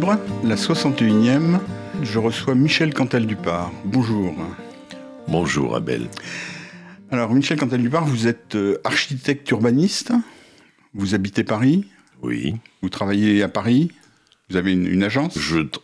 Libre, la 61e, je reçois Michel Cantal-Dupart. Bonjour. Bonjour Abel. Alors Michel Cantal-Dupart, vous êtes architecte urbaniste, vous habitez Paris. Oui. Vous travaillez à Paris, vous avez une agence.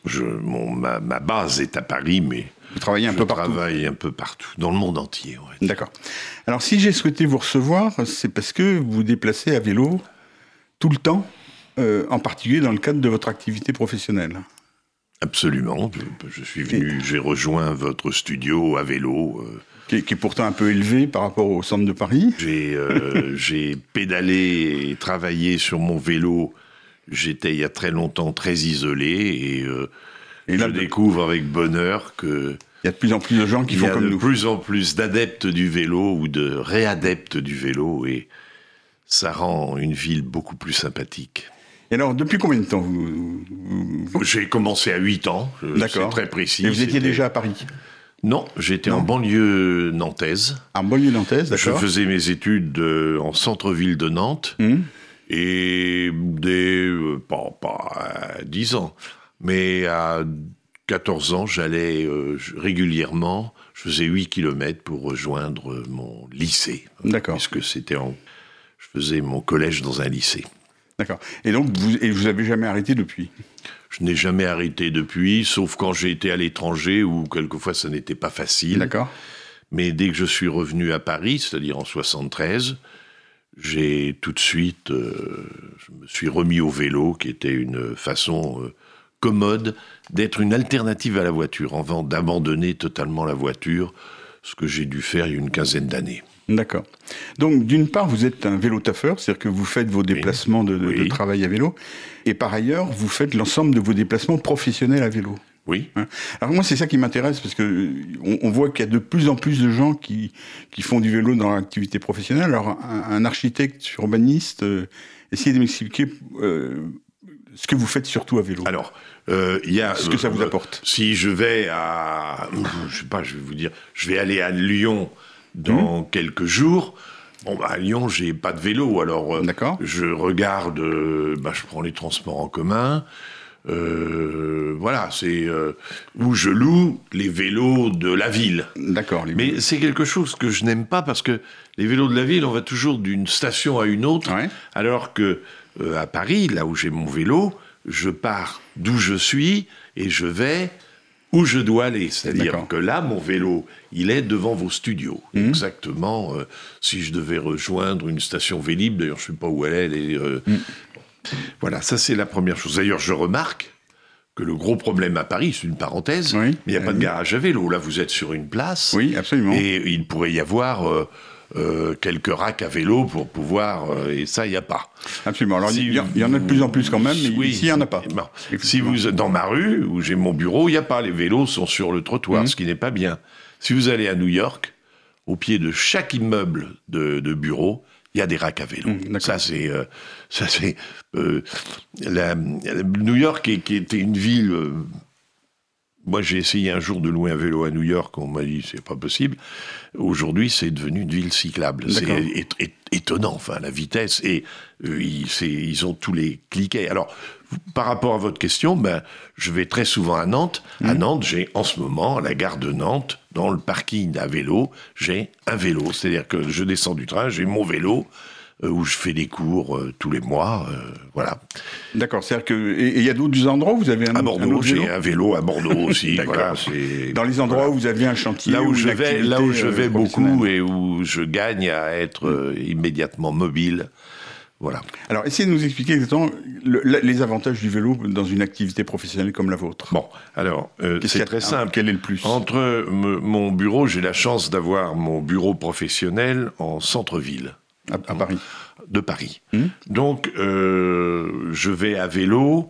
Ma base est à Paris, mais vous travaillez un peu partout. Je travaille un peu partout, dans le monde entier. Ouais. D'accord. Alors si j'ai souhaité vous recevoir, c'est parce que vous vous déplacez à vélo tout le temps, en particulier dans le cadre de votre activité professionnelle. Absolument. Je suis venu, j'ai rejoint votre studio à vélo. Qui est pourtant un peu élevé par rapport au centre de Paris. J'ai pédalé et travaillé sur mon vélo. J'étais il y a très longtemps très isolé et là, je découvre avec bonheur que il y a de plus en plus de gens qui font comme nous. Il y a de plus en plus d'adeptes du vélo ou de réadeptes du vélo et ça rend une ville beaucoup plus sympathique. Et alors, depuis combien de temps J'ai commencé à 8 ans, c'est très précis. Et vous étiez déjà à Paris ? Non, j'étais en banlieue nantaise. En banlieue nantaise, d'accord. Je faisais mes études en centre-ville de Nantes, et dès, pas 10 ans, mais à 14 ans, j'allais régulièrement, je faisais 8 km pour rejoindre mon lycée. D'accord. Puisque je faisais mon collège dans un lycée. D'accord. Et donc, vous n'avez jamais arrêté depuis ? Je n'ai jamais arrêté depuis, sauf quand j'ai été à l'étranger, où quelquefois ça n'était pas facile. D'accord. Mais dès que je suis revenu à Paris, c'est-à-dire en 73, j'ai tout de suite, je me suis remis au vélo, qui était une façon commode d'être une alternative à la voiture, avant d'abandonner totalement la voiture, ce que j'ai dû faire il y a une quinzaine d'années. D'accord. Donc, d'une part, vous êtes un vélo-taffeur, c'est-à-dire que vous faites vos déplacements de travail à vélo, et par ailleurs, vous faites l'ensemble de vos déplacements professionnels à vélo. Oui. Alors moi, c'est ça qui m'intéresse, parce que on voit qu'il y a de plus en plus de gens qui font du vélo dans leur activité professionnelle. Alors, un architecte urbaniste, essayez de m'expliquer ce que vous faites surtout à vélo. Alors, il y a... Ce que ça vous apporte. Si je vais à... Je sais pas, je vais vous dire... Je vais aller à Lyon dans quelques jours. Bon, à Lyon, j'ai pas de vélo, alors je regarde... je prends les transports en commun. Voilà, c'est où je loue les vélos de la ville. D'accord. Mais c'est quelque chose que je n'aime pas parce que les vélos de la ville, on va toujours d'une station à une autre, alors que à Paris, là où j'ai mon vélo, je pars d'où je suis et je vais où je dois aller. C'est-à-dire que là, mon vélo, il est devant vos studios. Exactement. Si je devais rejoindre une station Vélib, d'ailleurs, je ne sais pas où elle est. Voilà, ça c'est la première chose. D'ailleurs, je remarque que le gros problème à Paris, c'est une parenthèse, mais il n'y a pas de garage à vélo. Là, vous êtes sur une place. Oui, absolument. Et il pourrait y avoir quelques racks à vélo pour pouvoir... et ça, il n'y a pas. Absolument. Alors, il y en a de plus en plus quand même, mais ici, il n'y en a pas. Bon. Si vous êtes dans ma rue, où j'ai mon bureau, il n'y a pas. Les vélos sont sur le trottoir, ce qui n'est pas bien. Si vous allez à New York, au pied de chaque immeuble de bureau, il y a des racks à vélo. Ça, c'est New York, qui était une ville... moi, j'ai essayé un jour de louer un vélo à New York. On m'a dit, c'est pas possible. Aujourd'hui, c'est devenu une ville cyclable. C'est étonnant, enfin, la vitesse. Et ils ont tous les cliquets. Alors, par rapport à votre question, je vais très souvent à Nantes. À Nantes, j'ai en ce moment, à la gare de Nantes, dans le parking à vélo, j'ai un vélo. C'est-à-dire que je descends du train, j'ai mon vélo, où je fais des cours tous les mois, voilà. D'accord, c'est-à-dire que... Et il y a d'autres endroits où vous avez un vélo ? À Bordeaux, j'ai un vélo à Bordeaux aussi. Voilà, dans les endroits où vous avez un chantier, là où je vais beaucoup et où je gagne à être immédiatement mobile. Voilà. Alors, essayez de nous expliquer exactement les avantages du vélo dans une activité professionnelle comme la vôtre. Bon, alors, c'est très simple. Quel est le plus ? Entre mon bureau, j'ai la chance d'avoir mon bureau professionnel en centre-ville. À Paris. De Paris. Donc, je vais à vélo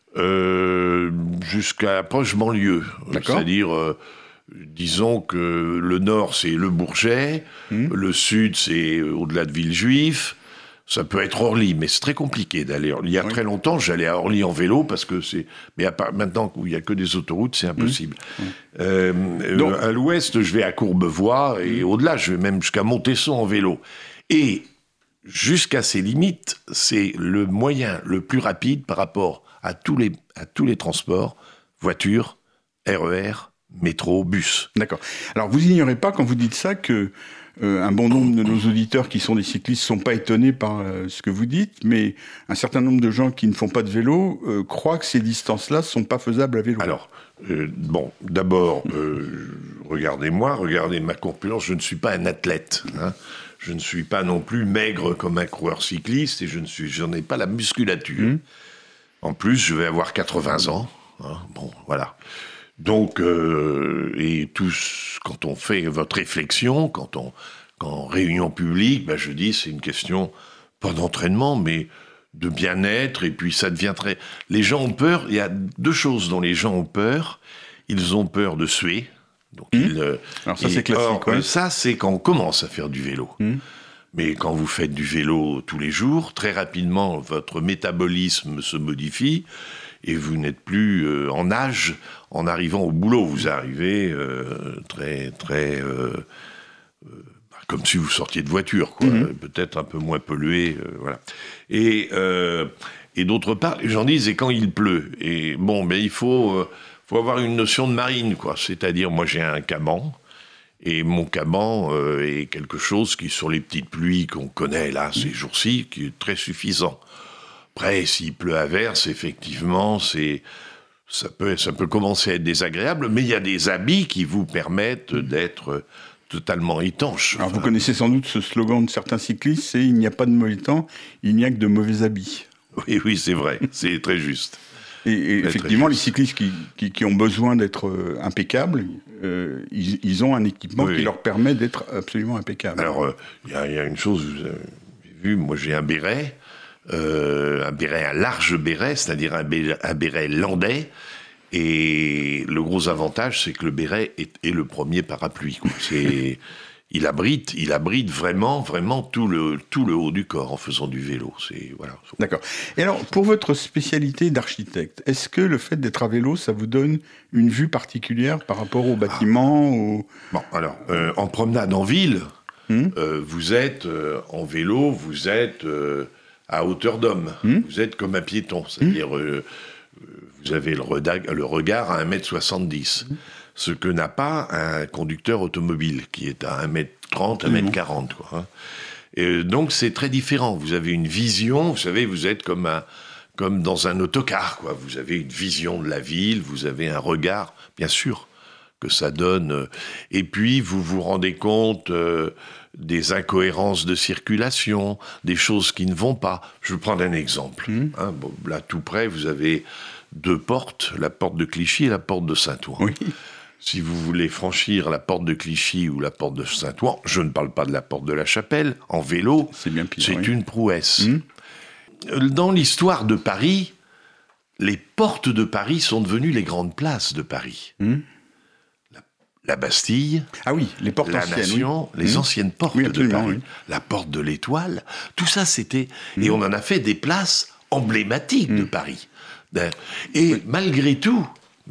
jusqu'à la proche banlieue. C'est-à-dire, disons que le nord, c'est le Bourget, le sud, c'est au-delà de Villejuif. Ça peut être Orly, mais c'est très compliqué d'aller. Il y a très longtemps, j'allais à Orly en vélo parce que c'est. Mais maintenant où il y a que des autoroutes, c'est impossible. Donc, à l'ouest, je vais à Courbevoie et au-delà, je vais même jusqu'à Montesson en vélo. Et jusqu'à ces limites, c'est le moyen le plus rapide par rapport à tous les transports, voitures, RER, métro, bus. D'accord. Alors, vous ignorez pas, quand vous dites ça, que un bon nombre de nos auditeurs qui sont des cyclistes sont pas étonnés par ce que vous dites, mais un certain nombre de gens qui ne font pas de vélo croient que ces distances-là sont pas faisables à vélo. Alors, d'abord, regardez ma corpulence, je ne suis pas un athlète, hein. Je ne suis pas non plus maigre comme un coureur cycliste et je n'ai pas la musculature. En plus, je vais avoir 80 ans. Hein. Bon, voilà. Donc, et tous, quand on fait votre réflexion, en réunion publique, je dis c'est une question, pas d'entraînement, mais de bien-être, et puis ça devient très... Les gens ont peur, il y a deux choses dont les gens ont peur. Ils ont peur de suer. Donc alors ça, c'est classique. Ouais. Ça, c'est quand on commence à faire du vélo. Mais quand vous faites du vélo tous les jours, très rapidement, votre métabolisme se modifie et vous n'êtes plus en âge en arrivant au boulot. Vous arrivez très, très... comme si vous sortiez de voiture, quoi. Peut-être un peu moins pollué, voilà. Et d'autre part, les gens disent, et quand il pleut, et bon, il faut avoir une notion de marine, quoi. C'est-à-dire, moi, j'ai un caban, et mon caban est quelque chose qui, sur les petites pluies qu'on connaît, là, ces jours-ci, qui est très suffisant. Après, s'il pleut à verse, effectivement, ça peut commencer à être désagréable, mais il y a des habits qui vous permettent d'être totalement étanche. Alors, vous connaissez sans doute ce slogan de certains cyclistes, c'est « Il n'y a pas de mauvais temps, il n'y a que de mauvais habits ». Oui, c'est vrai, c'est très juste. Et effectivement, les cyclistes qui ont besoin d'être impeccables, ils ont un équipement qui leur permet d'être absolument impeccables. Alors, il y a une chose, vous avez vu, moi j'ai un béret, un large béret, c'est-à-dire un béret landais. Et le gros avantage, c'est que le béret est le premier parapluie, quoi. Il abrite vraiment tout le haut du corps en faisant du vélo. Voilà. D'accord. Et alors, pour votre spécialité d'architecte, est-ce que le fait d'être à vélo, ça vous donne une vue particulière par rapport aux bâtiments Bon, alors, en promenade en ville, vous êtes en vélo, vous êtes à hauteur d'homme. Vous êtes comme un piéton, c'est-à-dire... vous avez le regard à 1m70, ce que n'a pas un conducteur automobile, qui est à 1m30, 1m40. Quoi, hein. Et donc c'est très différent. Vous avez une vision, vous savez, vous êtes comme dans un autocar, quoi. Vous avez une vision de la ville, vous avez un regard, bien sûr, que ça donne. Et puis vous vous rendez compte des incohérences de circulation, des choses qui ne vont pas. Je vais prendre un exemple. Hein, bon, là, tout près, vous avez 2 portes, la porte de Clichy et la porte de Saint-Ouen. Oui. Si vous voulez franchir la porte de Clichy ou la porte de Saint-Ouen, je ne parle pas de la porte de la Chapelle, en vélo, c'est une prouesse. Dans l'histoire de Paris, les portes de Paris sont devenues les grandes places de Paris. La Bastille, les portes la anciennes, Nation, les anciennes portes de Paris, la porte de l'Étoile, tout ça c'était... Et on en a fait des places emblématiques de Paris. Et malgré tout,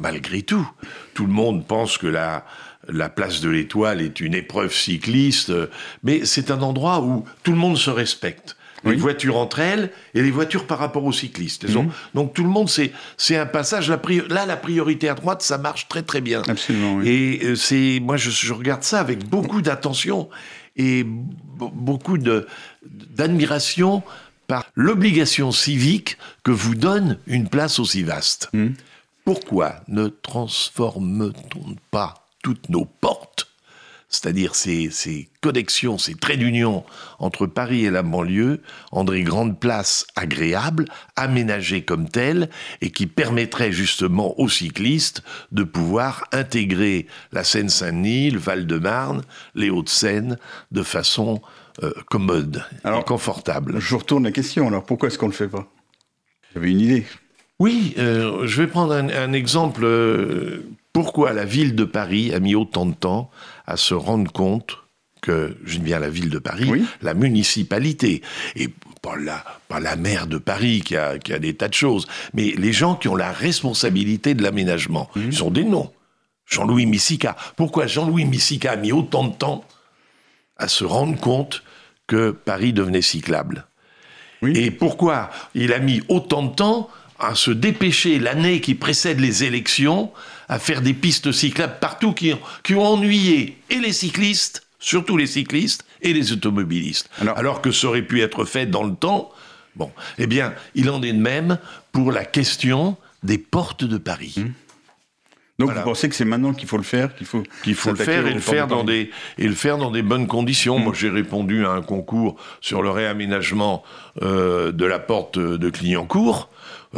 tout le monde pense que la place de l'Étoile est une épreuve cycliste, mais c'est un endroit où tout le monde se respecte. Les voitures entre elles et les voitures par rapport aux cyclistes. Donc tout le monde, c'est un passage. La priorité à droite, ça marche très très bien. Absolument, oui. Et moi, je regarde ça avec beaucoup d'attention et beaucoup d'admiration par l'obligation civique que vous donne une place aussi vaste. Pourquoi ne transforme-t-on pas toutes nos portes, c'est-à-dire ces connexions, ces traits d'union entre Paris et la banlieue, en des grandes places agréables, aménagées comme telles, et qui permettraient justement aux cyclistes de pouvoir intégrer la Seine-Saint-Denis, le Val-de-Marne, les Hauts-de-Seine, de façon commode et confortable. Je vous retourne la question, alors pourquoi est-ce qu'on ne le fait pas ? Vous avez une idée ? Oui, je vais prendre un exemple. Pourquoi la ville de Paris a mis autant de temps à se rendre compte que, je dis bien la ville de Paris, la municipalité, et pas la maire de Paris qui a des tas de choses, mais les gens qui ont la responsabilité de l'aménagement, ils ont des noms. Jean-Louis Missica. Pourquoi Jean-Louis Missica a mis autant de temps à se rendre compte que Paris devenait cyclable ? Et pourquoi il a mis autant de temps à se dépêcher l'année qui précède les élections à faire des pistes cyclables partout qui ont ennuyé et les cyclistes, surtout les cyclistes, et les automobilistes. Alors que ça aurait pu être fait dans le temps. Bon, eh bien, il en est de même pour la question des portes de Paris. Donc vous pensez que c'est maintenant qu'il faut le faire, qu'il faut le faire et le faire dans des bonnes conditions. Moi, j'ai répondu à un concours sur le réaménagement de la porte de Clignancourt.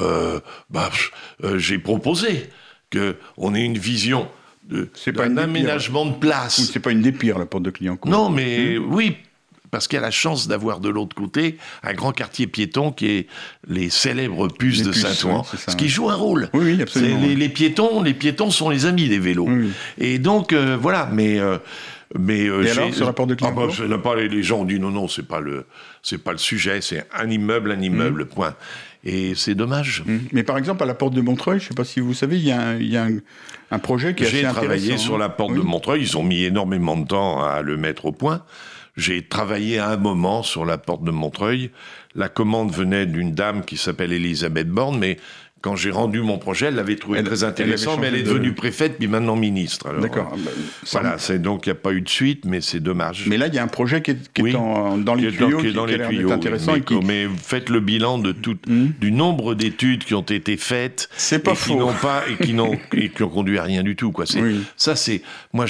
J'ai proposé qu'on ait une vision d'un aménagement de place. Oui, c'est pas une des pires, la porte de Clignancourt. Non, mais oui, parce qu'il y a la chance d'avoir de l'autre côté un grand quartier piéton qui est les célèbres puces de Saint-Ouen, ce qui joue un rôle. Oui, absolument. Les piétons sont les amis des vélos. Oui. Et donc, voilà, mais alors, sur la porte de Clignancourt les gens ont dit non, c'est pas le sujet, c'est un immeuble, point. Et c'est dommage. Mais par exemple, à la porte de Montreuil, je ne sais pas si vous savez, il y a un projet qui est assez intéressant. J'ai travaillé sur la porte de Montreuil, ils ont mis énormément de temps à le mettre au point. J'ai travaillé à un moment sur la porte de Montreuil. La commande venait d'une dame qui s'appelle Elisabeth Borne, mais quand j'ai rendu mon projet, elle l'avait trouvé très intéressant, mais elle est devenue préfète, puis maintenant ministre. Alors, d'accord. Voilà, donc il n'y a pas eu de suite, mais c'est dommage. Mais là, il y a un projet qui est dans les tuyaux, qui a l'air d'être intéressant. Mais faites le bilan du nombre d'études qui ont été faites, c'est pas faux. Qui n'ont conduit à rien du tout, quoi. Ça, c'est... Moi,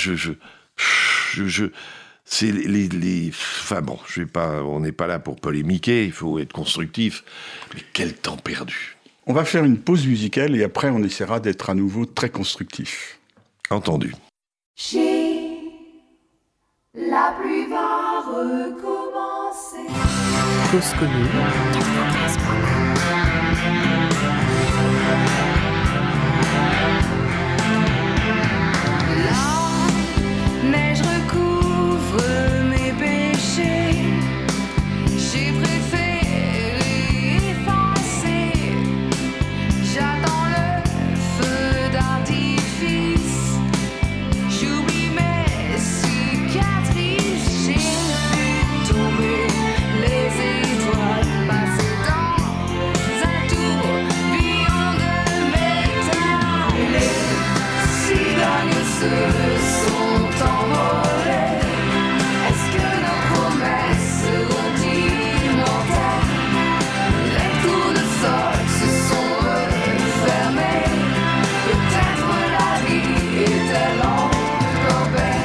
c'est enfin bon, on n'est pas là pour polémiquer, il faut être constructif. Mais quel temps perdu. On va faire une pause musicale et après on essaiera d'être à nouveau très constructif. Entendu. La pluie va recommencer. Cause commune. La neige recouvre mes péchés. J'ai préféré effacer. J'attends le feu d'artifice. J'oublie mes cicatrices. J'ai vu tomber les étoiles passer dans un tourbillon de métal. Les cigognes se sont envolées. Est-ce que nos promesses seront immortelles? Les tours de sol se sont refermés. Peut-être la vie est-elle encore belle.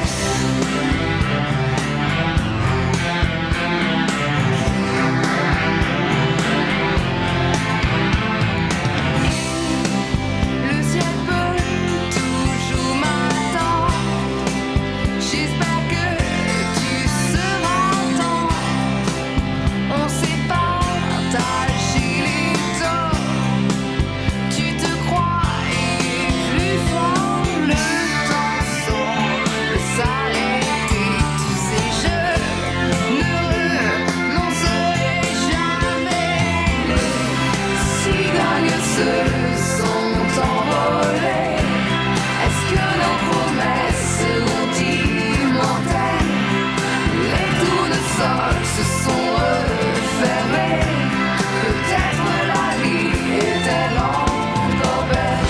Le ciel peut toujours m'attendre. J'espère que tu seras temps. On s'est partagé les torts. Tu te croyais plus fort. Le temps semble s'arrêter. Tu sais, je ne renoncerai jamais. Les cigognes se sont envolées. Est-ce que nos promesses seront immortelles? Les tours de sol se sont refermés. Peut-être la vie est-elle encore belle.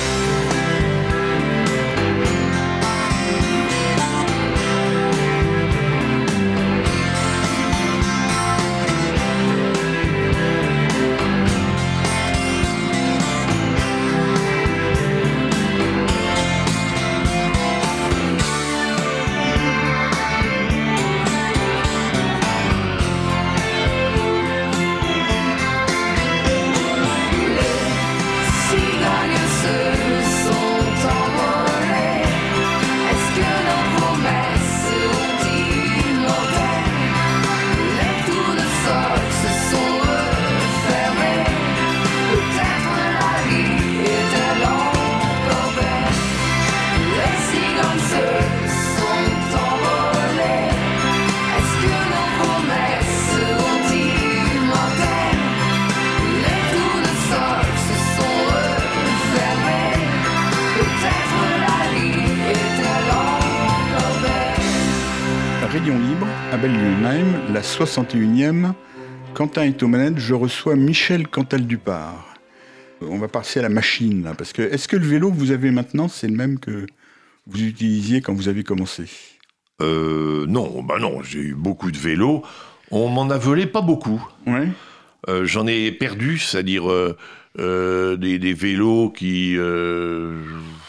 Cigognes se sont envolées. Est-ce que nos promesses seront immortelles? Les tours de sol se sont refermés. Peut-être la vie est-elle encore belle. Les cigognes se sont envolées. Est-ce que nos promesses seront immortelles? Les tours de sol se sont refermés. Peut-être la vie est-elle encore belle. Rayon libre, à Belleville-Heim, la 61e. Quentin est aux manettes, je reçois Michel Cantal-Dupart. On va passer à la machine, là, parce que est-ce que le vélo que vous avez maintenant, c'est le même que vous utilisiez quand vous avez commencé ? Non, j'ai eu beaucoup de vélos. On m'en a volé pas beaucoup. Ouais. J'en ai perdu, c'est-à-dire des vélos que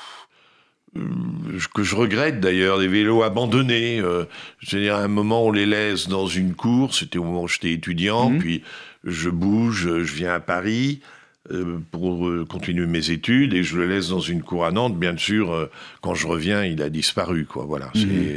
je regrette d'ailleurs, des vélos abandonnés. C'est-à-dire à un moment on les laisse dans une cour, c'était au moment où j'étais étudiant, puis je bouge, je viens à Paris pour continuer mes études et je le laisse dans une cour à Nantes. Bien sûr, quand je reviens, il a disparu, quoi. Voilà.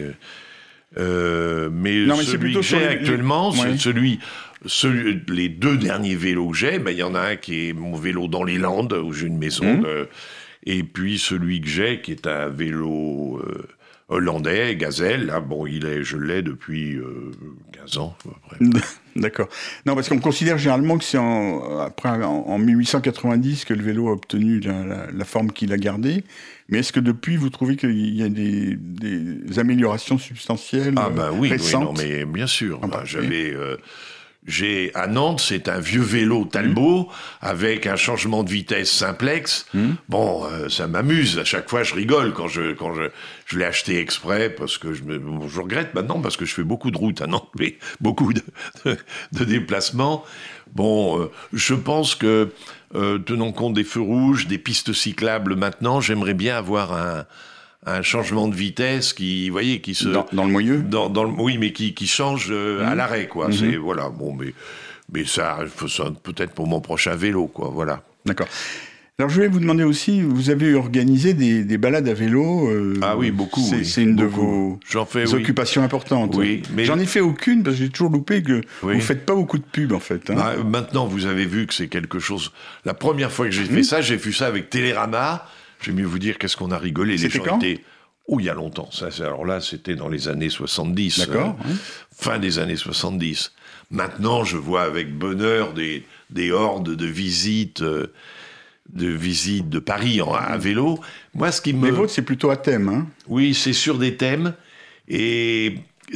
Mais Non, mais c'est celui plutôt que sur j'ai les- actuellement, Ouais. c'est les 2 derniers vélos que j'ai. Il y en a un qui est mon vélo dans les Landes, où j'ai une maison. Et puis celui que j'ai, qui est un vélo hollandais, Gazelle. Là, bon, je l'ai depuis 15 ans, à peu près. D'accord. Non, parce qu'on considère généralement que c'est en 1890 que le vélo a obtenu la forme qu'il a gardée. Mais est-ce que depuis, vous trouvez qu'il y a des améliorations substantielles Oui, récentes non, mais bien sûr. Ah, bah, J'ai à Nantes, c'est un vieux vélo Talbot avec un changement de vitesse simplex. Bon, ça m'amuse. À chaque fois, je rigole quand je l'ai acheté exprès parce que je regrette maintenant parce que je fais beaucoup de routes à Nantes, mais beaucoup de déplacements. Bon, je pense que tenant compte des feux rouges, des pistes cyclables maintenant, j'aimerais bien avoir un changement de vitesse qui se dans le moyeu. oui, mais qui change à l'arrêt, quoi. C'est voilà, bon, mais ça peut-être pour mon prochain vélo, quoi. Voilà. D'accord. Alors je voulais vous demander aussi, vous avez organisé des balades à vélo. Ah oui, beaucoup. C'est une de vos J'en fais, occupations importantes. Oui, mais j'en ai fait aucune parce que j'ai toujours loupé que Oui. vous faites pas beaucoup de pubs en fait. Hein. Maintenant, vous avez vu que c'est quelque chose. La première fois que j'ai fait ça, j'ai fait ça avec Télérama. Je vais mieux vous dire qu'est-ce qu'on a rigolé. Les C'était gens quand étaient. Oh, il y a longtemps. Alors là, c'était dans les années 70. D'accord. Fin des années 70. Maintenant, je vois avec bonheur des hordes de visites de Paris à vélo. Moi, ce qui me... Les vôtres, c'est plutôt à thème. Hein. Oui, c'est sur des thèmes. Et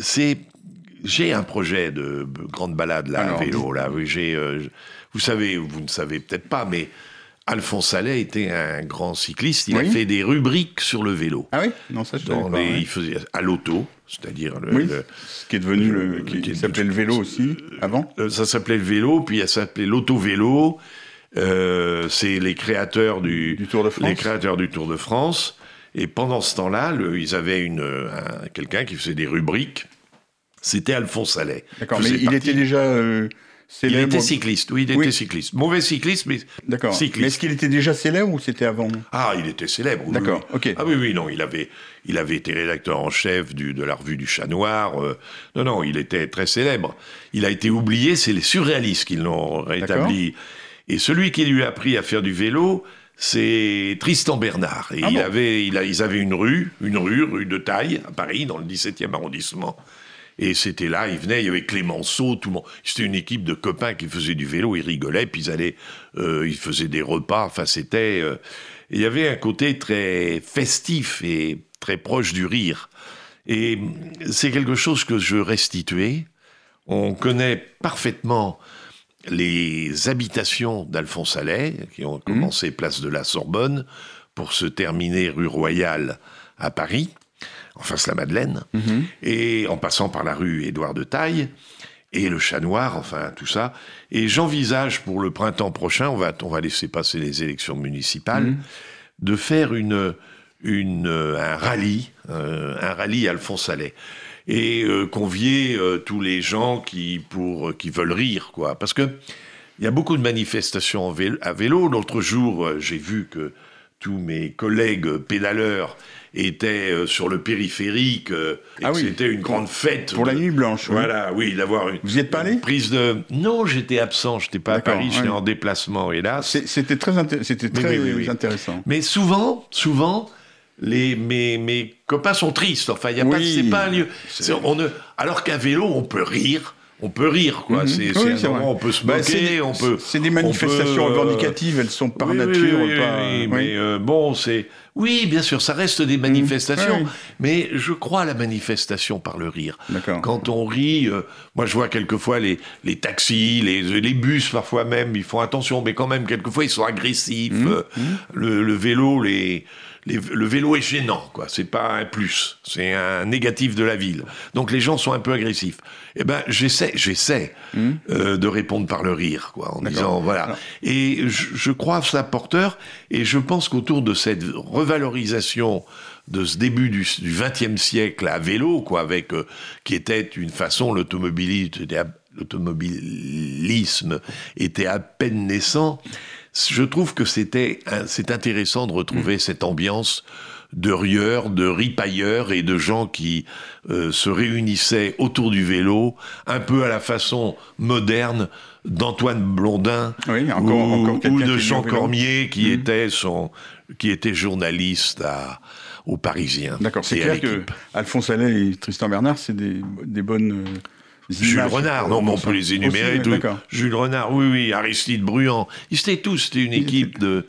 j'ai un projet de grande balade là, Alors, à vélo. Là. Oui, vous ne savez peut-être pas, mais Alphonse Allais était un grand cycliste. Il a fait des rubriques sur le vélo. Ah oui. Non, ça je savais pas. Ouais. Il faisait à l'auto, c'est-à-dire ce qui est devenu qui s'appelait le vélo aussi avant. ça s'appelait le vélo, puis ça s'appelait l'auto-vélo. C'est les créateurs du Tour de France. Les créateurs du Tour de France. Et pendant ce temps-là, ils avaient quelqu'un qui faisait des rubriques. C'était Alphonse Allais. D'accord, mais il était déjà célèbre. Il était cycliste, oui, il était cycliste. Mauvais cycliste, mais D'accord. cycliste. Mais est-ce qu'il était déjà célèbre ou c'était avant ? Ah, il était célèbre. D'accord, oui. ok. Ah oui, non, il avait été rédacteur en chef de la revue du Chat Noir. Non, il était très célèbre. Il a été oublié, c'est les surréalistes qui l'ont rétabli. D'accord. Et celui qui lui a appris à faire du vélo, c'est Tristan Bernard. Et ils avaient une rue de Taille, à Paris, dans le 17e arrondissement. Et c'était là, il y avait Clémenceau, tout le monde. C'était une équipe de copains qui faisaient du vélo, ils rigolaient, puis ils faisaient des repas. Enfin, il y avait un côté très festif et très proche du rire. Et c'est quelque chose que je restituais. On connaît parfaitement les habitations d'Alphonse Allais, qui ont commencé place de la Sorbonne, pour se terminer rue Royale à Paris, en face la Madeleine, et en passant par la rue Édouard de Taille, et le Chat Noir, enfin tout ça. Et j'envisage pour le printemps prochain, on va laisser passer les élections municipales, de faire un rallye Alphonse Allais. Et convier tous les gens qui veulent rire, quoi. Parce que il y a beaucoup de manifestations à vélo. L'autre jour, j'ai vu que tous mes collègues pédaleurs étaient sur le périphérique. C'était une grande fête. Pour la nuit blanche, oui. Voilà, oui, d'avoir une... Vous y êtes pas allé ? Non, j'étais absent, j'étais pas à Paris, j'étais en déplacement, hélas. C'était très intéressant. Mais souvent... Mes copains sont tristes. Enfin, c'est pas un lieu. Alors qu'à vélo, on peut rire, quoi. C'est un moment où on peut se moquer, C'est des manifestations revendicatives, elles sont par nature pas. Mais bon, Oui, bien sûr, ça reste des manifestations, Ouais. mais je crois à la manifestation par le rire. D'accord. Quand on rit, moi je vois quelquefois les taxis, les bus parfois même, ils font attention, mais quand même quelquefois ils sont agressifs. Le vélo, le vélo est gênant, quoi. C'est pas un plus, c'est un négatif de la ville. Donc les gens sont un peu agressifs. Eh ben j'essaie de répondre par le rire, quoi, en disant voilà. Alors- Et je crois à ça porteur, et je pense qu'autour de cette revalorisation de ce début du XXe siècle à vélo, quoi, avec qui était une façon, l'automobilisme était à peine naissant. Je trouve que c'est intéressant de retrouver cette ambiance de rieurs, de ripailleurs et de gens qui se réunissaient autour du vélo, un peu à la façon moderne d'Antoine Blondin Oui, encore quelqu'un ou qui de est Jean au vélo. Cormier qui était journaliste au Parisien. D'accord, c'est et à clair que l'Équipe. Alphonse Allais et Tristan Bernard, c'est des bonnes Jules images. Renard, non, mais on peut les énumérer. Aussi, tous. d'accord. Jules Renard, oui, Aristide Bruand. Ils étaient tous, c'était une équipe de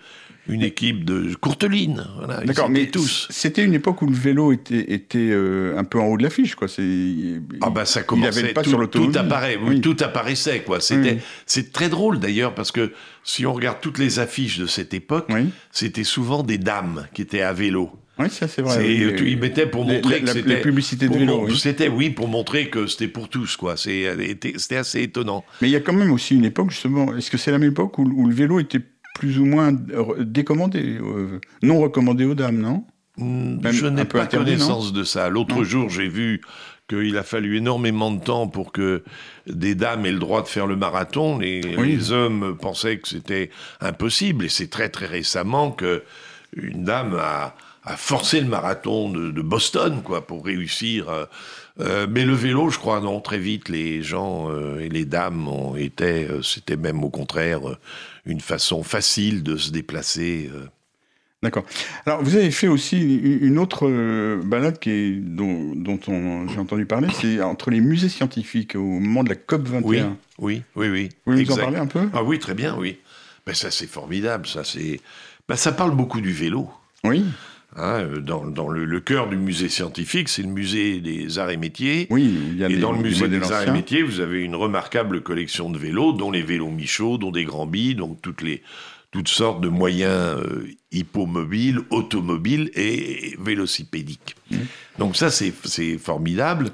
Courteline. Voilà, ils D'accord, étaient mais tous. c'était une époque où le vélo était un peu en haut de l'affiche, quoi. Ça il commençait, avait pas tout, sur l'automobile. tout apparaissait, quoi. Oui. C'est très drôle d'ailleurs, parce que si on regarde toutes les affiches de cette époque, Oui. c'était souvent des dames qui étaient à vélo. Oui, ça c'est vrai. Ils mettaient pour montrer que c'était... les publicités de vélo. Oui. C'était, pour montrer que c'était pour tous, quoi. C'était assez étonnant. Mais il y a quand même aussi une époque, justement, est-ce que c'est la même époque où le vélo était plus ou moins décommandé, non recommandé aux dames, non? Je un n'ai peu pas interdit, connaissance de ça. L'autre Non. jour, j'ai vu qu'il a fallu énormément de temps pour que des dames aient le droit de faire le marathon. Les hommes pensaient que c'était impossible. Et c'est très très récemment qu'une dame a forcé le marathon de Boston, quoi, pour réussir. Mais le vélo, je crois, non, très vite, les gens et les dames c'était même au contraire une façon facile de se déplacer. D'accord. Alors, vous avez fait aussi une autre balade dont j'ai entendu parler, c'est entre les musées scientifiques au moment de la COP 21. Oui. Vous voulez nous en Exact. parler un peu? Ah oui, très bien, oui. Ben ça, c'est formidable. Ça parle beaucoup du vélo. Oui. Hein, dans le cœur du musée scientifique, c'est le musée des arts et métiers. Oui, il y a Et dans le les musée modèles des arts et anciens. métiers, vous avez une remarquable collection de vélos, dont les vélos Michaud, dont des Granby, donc toutes sortes de moyens hippomobiles, automobiles et vélocipédiques. Donc ça, c'est formidable.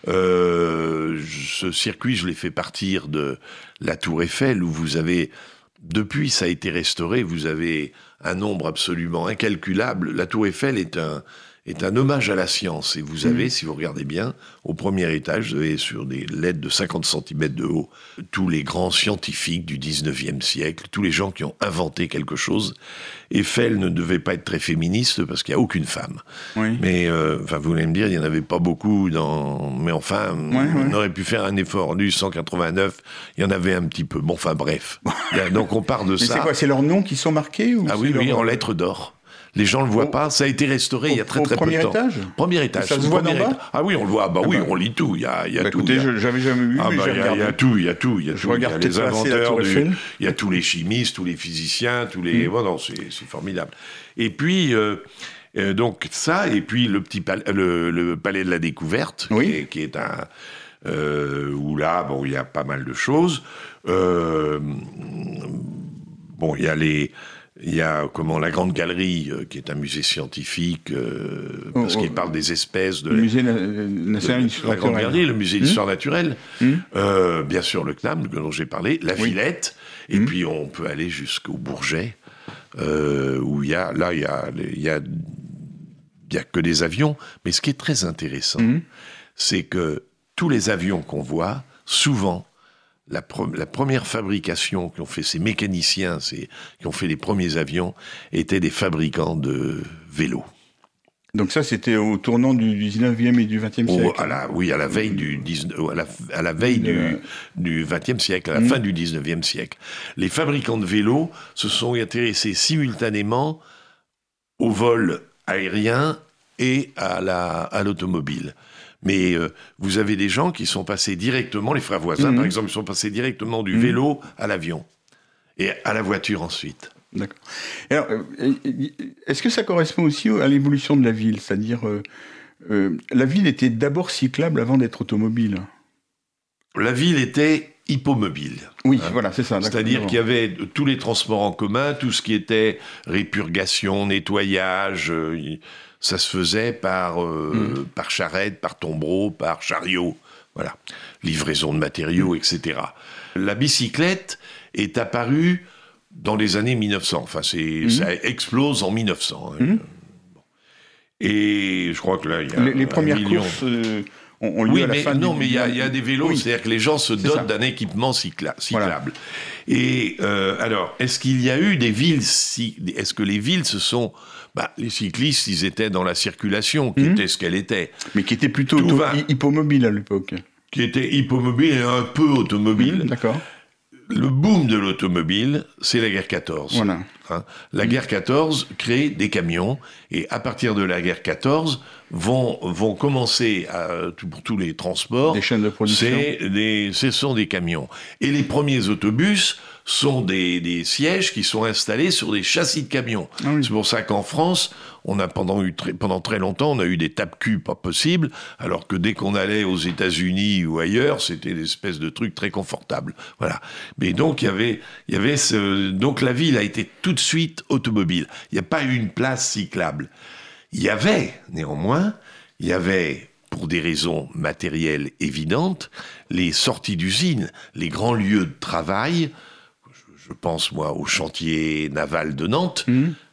Ce circuit, je l'ai fait partir de la Tour Eiffel, où vous avez, depuis ça a été restauré, vous avez un nombre absolument incalculable. La Tour Eiffel est un hommage à la science. Et vous avez, si vous regardez bien, au premier étage, vous avez sur des lettres de 50 cm de haut, tous les grands scientifiques du 19e siècle, tous les gens qui ont inventé quelque chose. Eiffel ne devait pas être très féministe parce qu'il n'y a aucune femme. Oui. Mais, vous voulez me dire, il n'y en avait pas beaucoup mais enfin, on aurait pu faire un effort. Du 189, il y en avait un petit peu. Bon, enfin, bref. Donc, on part de Mais ça. c'est quoi? C'est leurs noms qui sont marqués ou Ah c'est oui, leur- en lettres d'or. Les gens ne le voient pas. Ça a été restauré il y a très très peu de temps. Au premier étage? Premier étage. Ça se voit Premier d'en bas? étage. Ah oui, on le voit. Bah oui, on lit tout. Il y a Bah, tout. écoutez, Il y a- j'avais jamais vu, Ah mais bah, j'ai il y a regardé. tout. Il y a tout. Je regarde il y a les peut-être pas assez la inventeurs. Tour Eiffel. Il y a tous les chimistes, tous les physiciens, tous les. Bon, non, c'est formidable. Et puis. Donc ça, et puis le palais de la découverte, Oui. qui est un où là, bon, il y a pas mal de choses. Bon, il y a la Grande Galerie, qui est un musée scientifique, parce qu'il parle des espèces de Le musée national la d'histoire Grande naturelle. Galerie, le musée d'histoire naturelle, bien sûr le CNAM dont j'ai parlé, la Villette, et puis on peut aller jusqu'au Bourget, où il y a que des avions, mais ce qui est très intéressant, c'est que tous les avions qu'on voit, souvent, la première fabrication qu'ont fait ces mécaniciens, qui ont fait les premiers avions, étaient des fabricants de vélos. Donc ça, c'était au tournant du 19e et du 20e siècle. À la veille du 20e siècle, à la fin du 19e siècle. Les fabricants de vélos se sont intéressés simultanément au vol aérien et à l'automobile. Mais vous avez des gens qui sont passés directement, les frères voisins par exemple, ils sont passés directement du vélo à l'avion et à la voiture ensuite. D'accord. Et alors, est-ce que ça correspond aussi à l'évolution de la ville ? C'est-à-dire, la ville était d'abord cyclable avant d'être automobile. La ville était hippomobile. Oui, voilà, c'est ça. C'est-à-dire qu'il y avait tous les transports en commun, tout ce qui était répurgation, nettoyage, ça se faisait par charrette, par tombereau, par chariot. Voilà, livraison de matériaux, etc. La bicyclette est apparue dans les années 1900. Enfin, ça explose en 1900. Et je crois que là, il y a les premières courses ont lieu à la fin mais il y a des vélos, c'est-à-dire que les gens se dotent d'un équipement cyclable. Voilà. Et alors, est-ce qu'il y a eu des villes est-ce que les villes se sont... les cyclistes, ils étaient dans la circulation, qui était ce qu'elle était. Mais qui était plutôt hippomobile à l'époque. Qui était hippomobile et un peu automobile. D'accord. Le boom de l'automobile, c'est la guerre 14. Voilà. La guerre 14 crée des camions, et à partir de la guerre 14, vont commencer, pour tous les transports, des chaînes de production. Ce sont des camions. Et les premiers autobus sont des sièges qui sont installés sur des châssis de camions. Ah oui. C'est pour ça qu'en France, on a pendant très longtemps, on a eu des tape-culs pas possibles, alors que dès qu'on allait aux États-Unis ou ailleurs, c'était des espèces de trucs très confortables. Voilà. Mais donc il y avait donc la ville a été tout de suite automobile. Il n'y a pas eu une place cyclable. Il y avait néanmoins, pour des raisons matérielles évidentes, les sorties d'usines, les grands lieux de travail. Je pense, moi, au chantier naval de Nantes.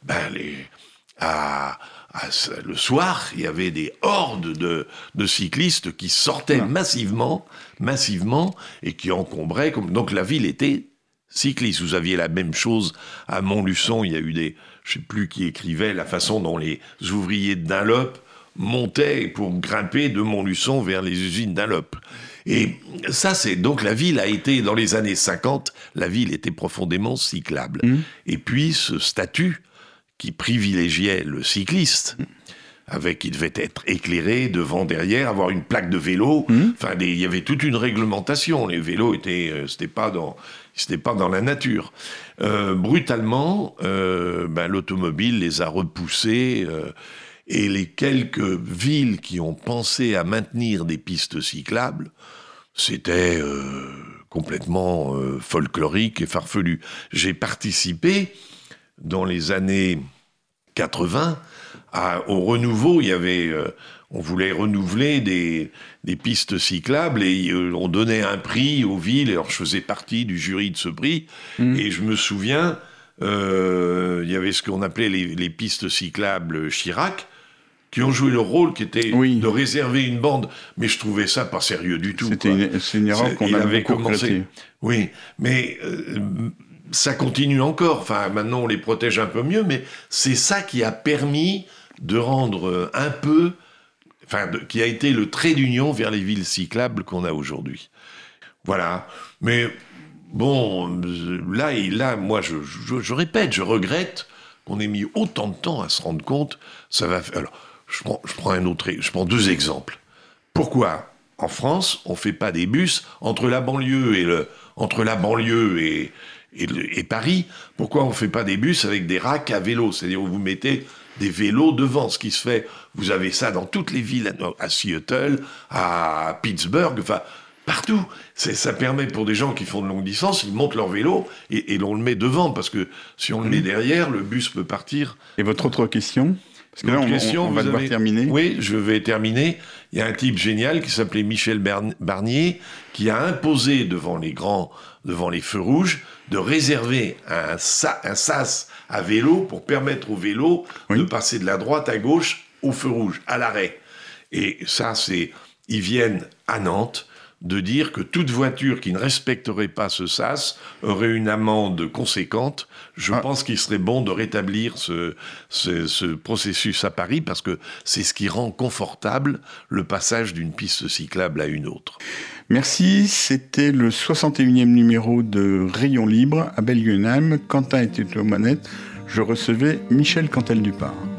Le soir, il y avait des hordes de cyclistes qui sortaient massivement, et qui encombraient. Donc la ville était cycliste. Vous aviez la même chose à Montluçon. Il y a eu je ne sais plus qui écrivait, la façon dont les ouvriers de Dunlop montaient pour grimper de Montluçon vers les usines Dunlop. Et ça, donc la ville a été, dans les années 50, la ville était profondément cyclable. Et puis, ce statut qui privilégiait le cycliste, qui devait être éclairé devant, derrière, avoir une plaque de vélo. Enfin, il y avait toute une réglementation. Les vélos c'était pas dans la nature. Brutalement, l'automobile les a repoussés. Et les quelques villes qui ont pensé à maintenir des pistes cyclables, c'était complètement folklorique et farfelu. J'ai participé, dans les années 80, au renouveau. Il y avait, on voulait renouveler des pistes cyclables, et on donnait un prix aux villes. Alors je faisais partie du jury de ce prix, et je me souviens, il y avait ce qu'on appelait les pistes cyclables Chirac, qui ont joué le rôle qui était de réserver une bande. Mais je trouvais ça pas sérieux du tout. C'est une erreur qu'on avait commencé. Oui, mais ça continue encore. Enfin, maintenant, on les protège un peu mieux, mais c'est ça qui a permis de rendre un peu... qui a été le trait d'union vers les villes cyclables qu'on a aujourd'hui. Voilà. Mais bon, là, moi, je répète, je regrette qu'on ait mis autant de temps à se rendre compte. Ça va... Alors, je prends deux exemples. Pourquoi, en France, on fait pas des bus entre la banlieue et Paris? Pourquoi on fait pas des bus avec des racks à vélo? C'est-à-dire, vous mettez des vélos devant. Ce qui se fait, vous avez ça dans toutes les villes, à Seattle, à Pittsburgh, enfin, partout. Ça permet pour des gens qui font de longues distances, ils montent leur vélo et l'on le met devant, parce que si on le met derrière, le bus peut partir. Et votre autre question? Parce que là, on va devoir terminer. Oui, je vais terminer. Il y a un type génial qui s'appelait Michel Barnier, qui a imposé devant les feux rouges, de réserver un sas à vélo pour permettre au vélo de passer de la droite à gauche au feu rouge, à l'arrêt. Et ça, ils viennent à Nantes de dire que toute voiture qui ne respecterait pas ce sas aurait une amende conséquente. Je pense qu'il serait bon de rétablir ce processus à Paris, parce que c'est ce qui rend confortable le passage d'une piste cyclable à une autre. Merci, c'était le 61e numéro de Rayon Libre à Belgenheim. Quentin était aux manettes, je recevais Michel Cantel-Dupart.